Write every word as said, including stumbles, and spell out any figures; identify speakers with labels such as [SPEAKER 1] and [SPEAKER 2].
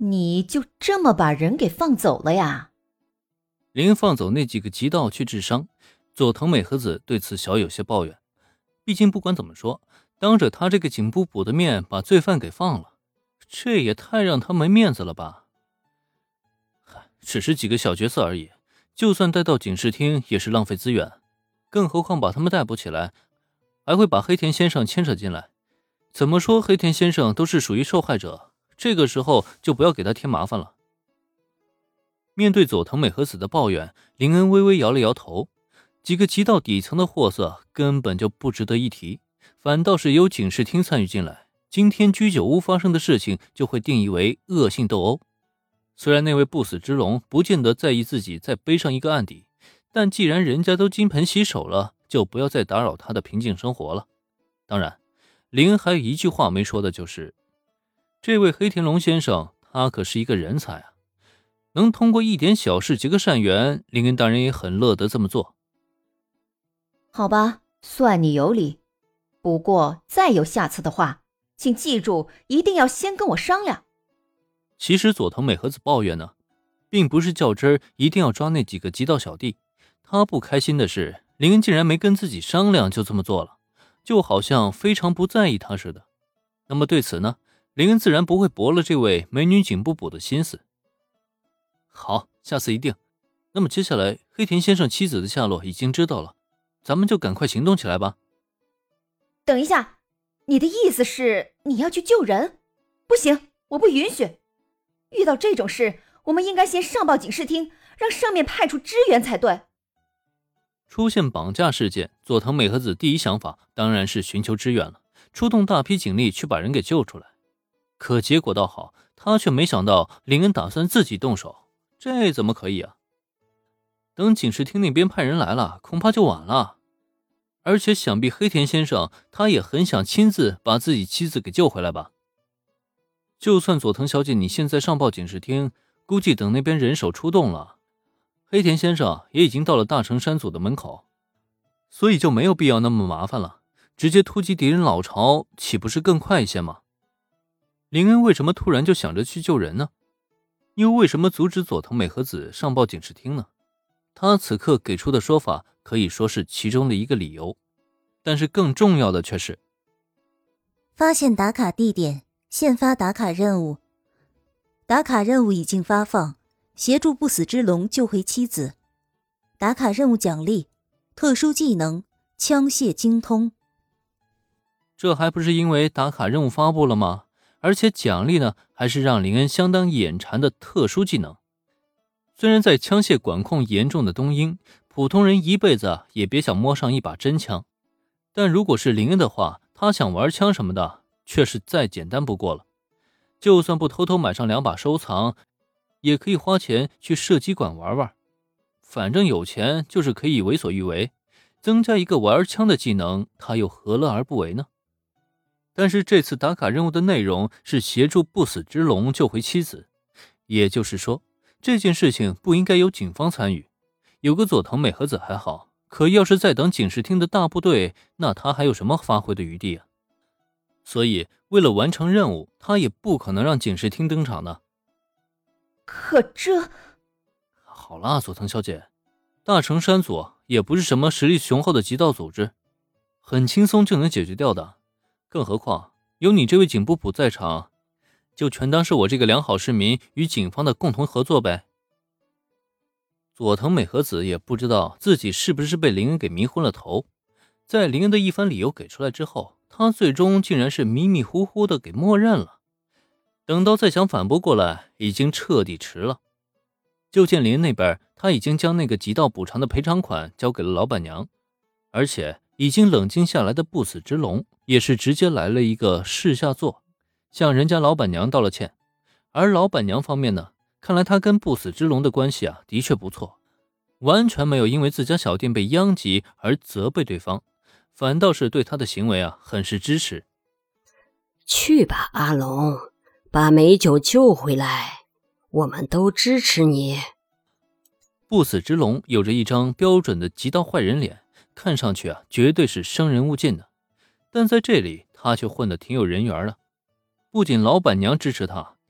[SPEAKER 1] 你就这么把人给放走了呀？
[SPEAKER 2] 林恩放走那几个极道去治伤，佐藤美和子对此小有些抱怨。毕竟不管怎么说，当着他这个警部补的面把罪犯给放了，这也太让他没面子了吧。只是几个小角色而已，就算带到警视厅也是浪费资源，更何况把他们逮捕起来，还会把黑田先生牵扯进来。怎么说黑田先生都是属于受害者，这个时候就不要给他添麻烦了。面对佐藤美和子的抱怨，林恩微微摇了摇头，几个极道底层的货色根本就不值得一提，反倒是由警视厅参与进来，今天居酒屋发生的事情就会定义为恶性斗殴。虽然那位不死之龙不见得在意自己再背上一个案底，但既然人家都金盆洗手了，就不要再打扰他的平静生活了。当然，林恩还有一句话没说的，就是这位黑田龙先生他可是一个人才啊，能通过一点小事结个善缘，林恩当然也很乐得这么做。
[SPEAKER 1] 好吧，算你有理。不过再有下次的话，请记住一定要先跟我商量。
[SPEAKER 2] 其实佐藤美和子抱怨呢，并不是较真儿一定要抓那几个极道小弟，他不开心的是林恩竟然没跟自己商量就这么做了，就好像非常不在意他似的。那么对此呢，林恩自然不会驳了这位美女警部补的心思。好，下次一定。那么接下来黑田先生妻子的下落已经知道了，咱们就赶快行动起来吧。
[SPEAKER 1] 等一下，你的意思是你要去救人？不行，我不允许。遇到这种事，我们应该先上报警视厅，让上面派出支援才对。
[SPEAKER 2] 出现绑架事件，佐藤美和子第一想法当然是寻求支援了，出动大批警力去把人给救出来。可结果倒好，他却没想到林恩打算自己动手，这怎么可以啊？等警视厅那边派人来了，恐怕就晚了。而且想必黑田先生他也很想亲自把自己妻子给救回来吧。就算佐藤小姐你现在上报警视厅，估计等那边人手出动了，黑田先生也已经到了大城山组的门口，所以就没有必要那么麻烦了，直接突击敌人老巢岂不是更快一些吗？林恩为什么突然就想着去救人呢？又为什么阻止佐藤美和子上报警视厅呢？他此刻给出的说法可以说是其中的一个理由，但是更重要的却是
[SPEAKER 3] 发现打卡地点，现发打卡任务。打卡任务已经发放，协助不死之龙救回妻子。打卡任务奖励，特殊技能，枪械精通。
[SPEAKER 2] 这还不是因为打卡任务发布了吗？而且奖励呢，还是让林恩相当眼馋的特殊技能。虽然在枪械管控严重的东英，普通人一辈子也别想摸上一把真枪，但如果是林恩的话，他想玩枪什么的却是再简单不过了。就算不偷偷买上两把收藏，也可以花钱去射击馆玩玩，反正有钱就是可以为所欲为，增加一个玩枪的技能，他又何乐而不为呢？但是这次打卡任务的内容是协助不死之龙救回妻子，也就是说这件事情不应该由警方参与，有个佐藤美和子还好，可要是再等警视厅的大部队，那他还有什么发挥的余地啊？所以为了完成任务，他也不可能让警视厅登场呢。
[SPEAKER 1] 可这……
[SPEAKER 2] 好啦，佐藤小姐，大城山组也不是什么实力雄厚的极道组织，很轻松就能解决掉的。更何况有你这位警部补在场，就全当是我这个良好市民与警方的共同合作呗。佐藤美和子也不知道自己是不是被林恩给迷昏了头，在林恩的一番理由给出来之后，他最终竟然是迷迷糊糊的给默认了。等到再想反驳过来，已经彻底迟了。就见林恩那边，他已经将那个极道补偿的赔偿款交给了老板娘，而且已经冷静下来的不死之龙也是直接来了一个示下座，向人家老板娘道了歉。而老板娘方面呢，看来他跟不死之龙的关系啊的确不错，完全没有因为自家小店被殃及而责备对方，反倒是对他的行为啊很是支持。
[SPEAKER 4] 去吧，阿龙，把美酒救回来，我们都支持你。
[SPEAKER 2] 不死之龙有着一张标准的极道坏人脸，看上去啊绝对是生人勿近的，但在这里他却混得挺有人缘的。不仅老板娘支持他，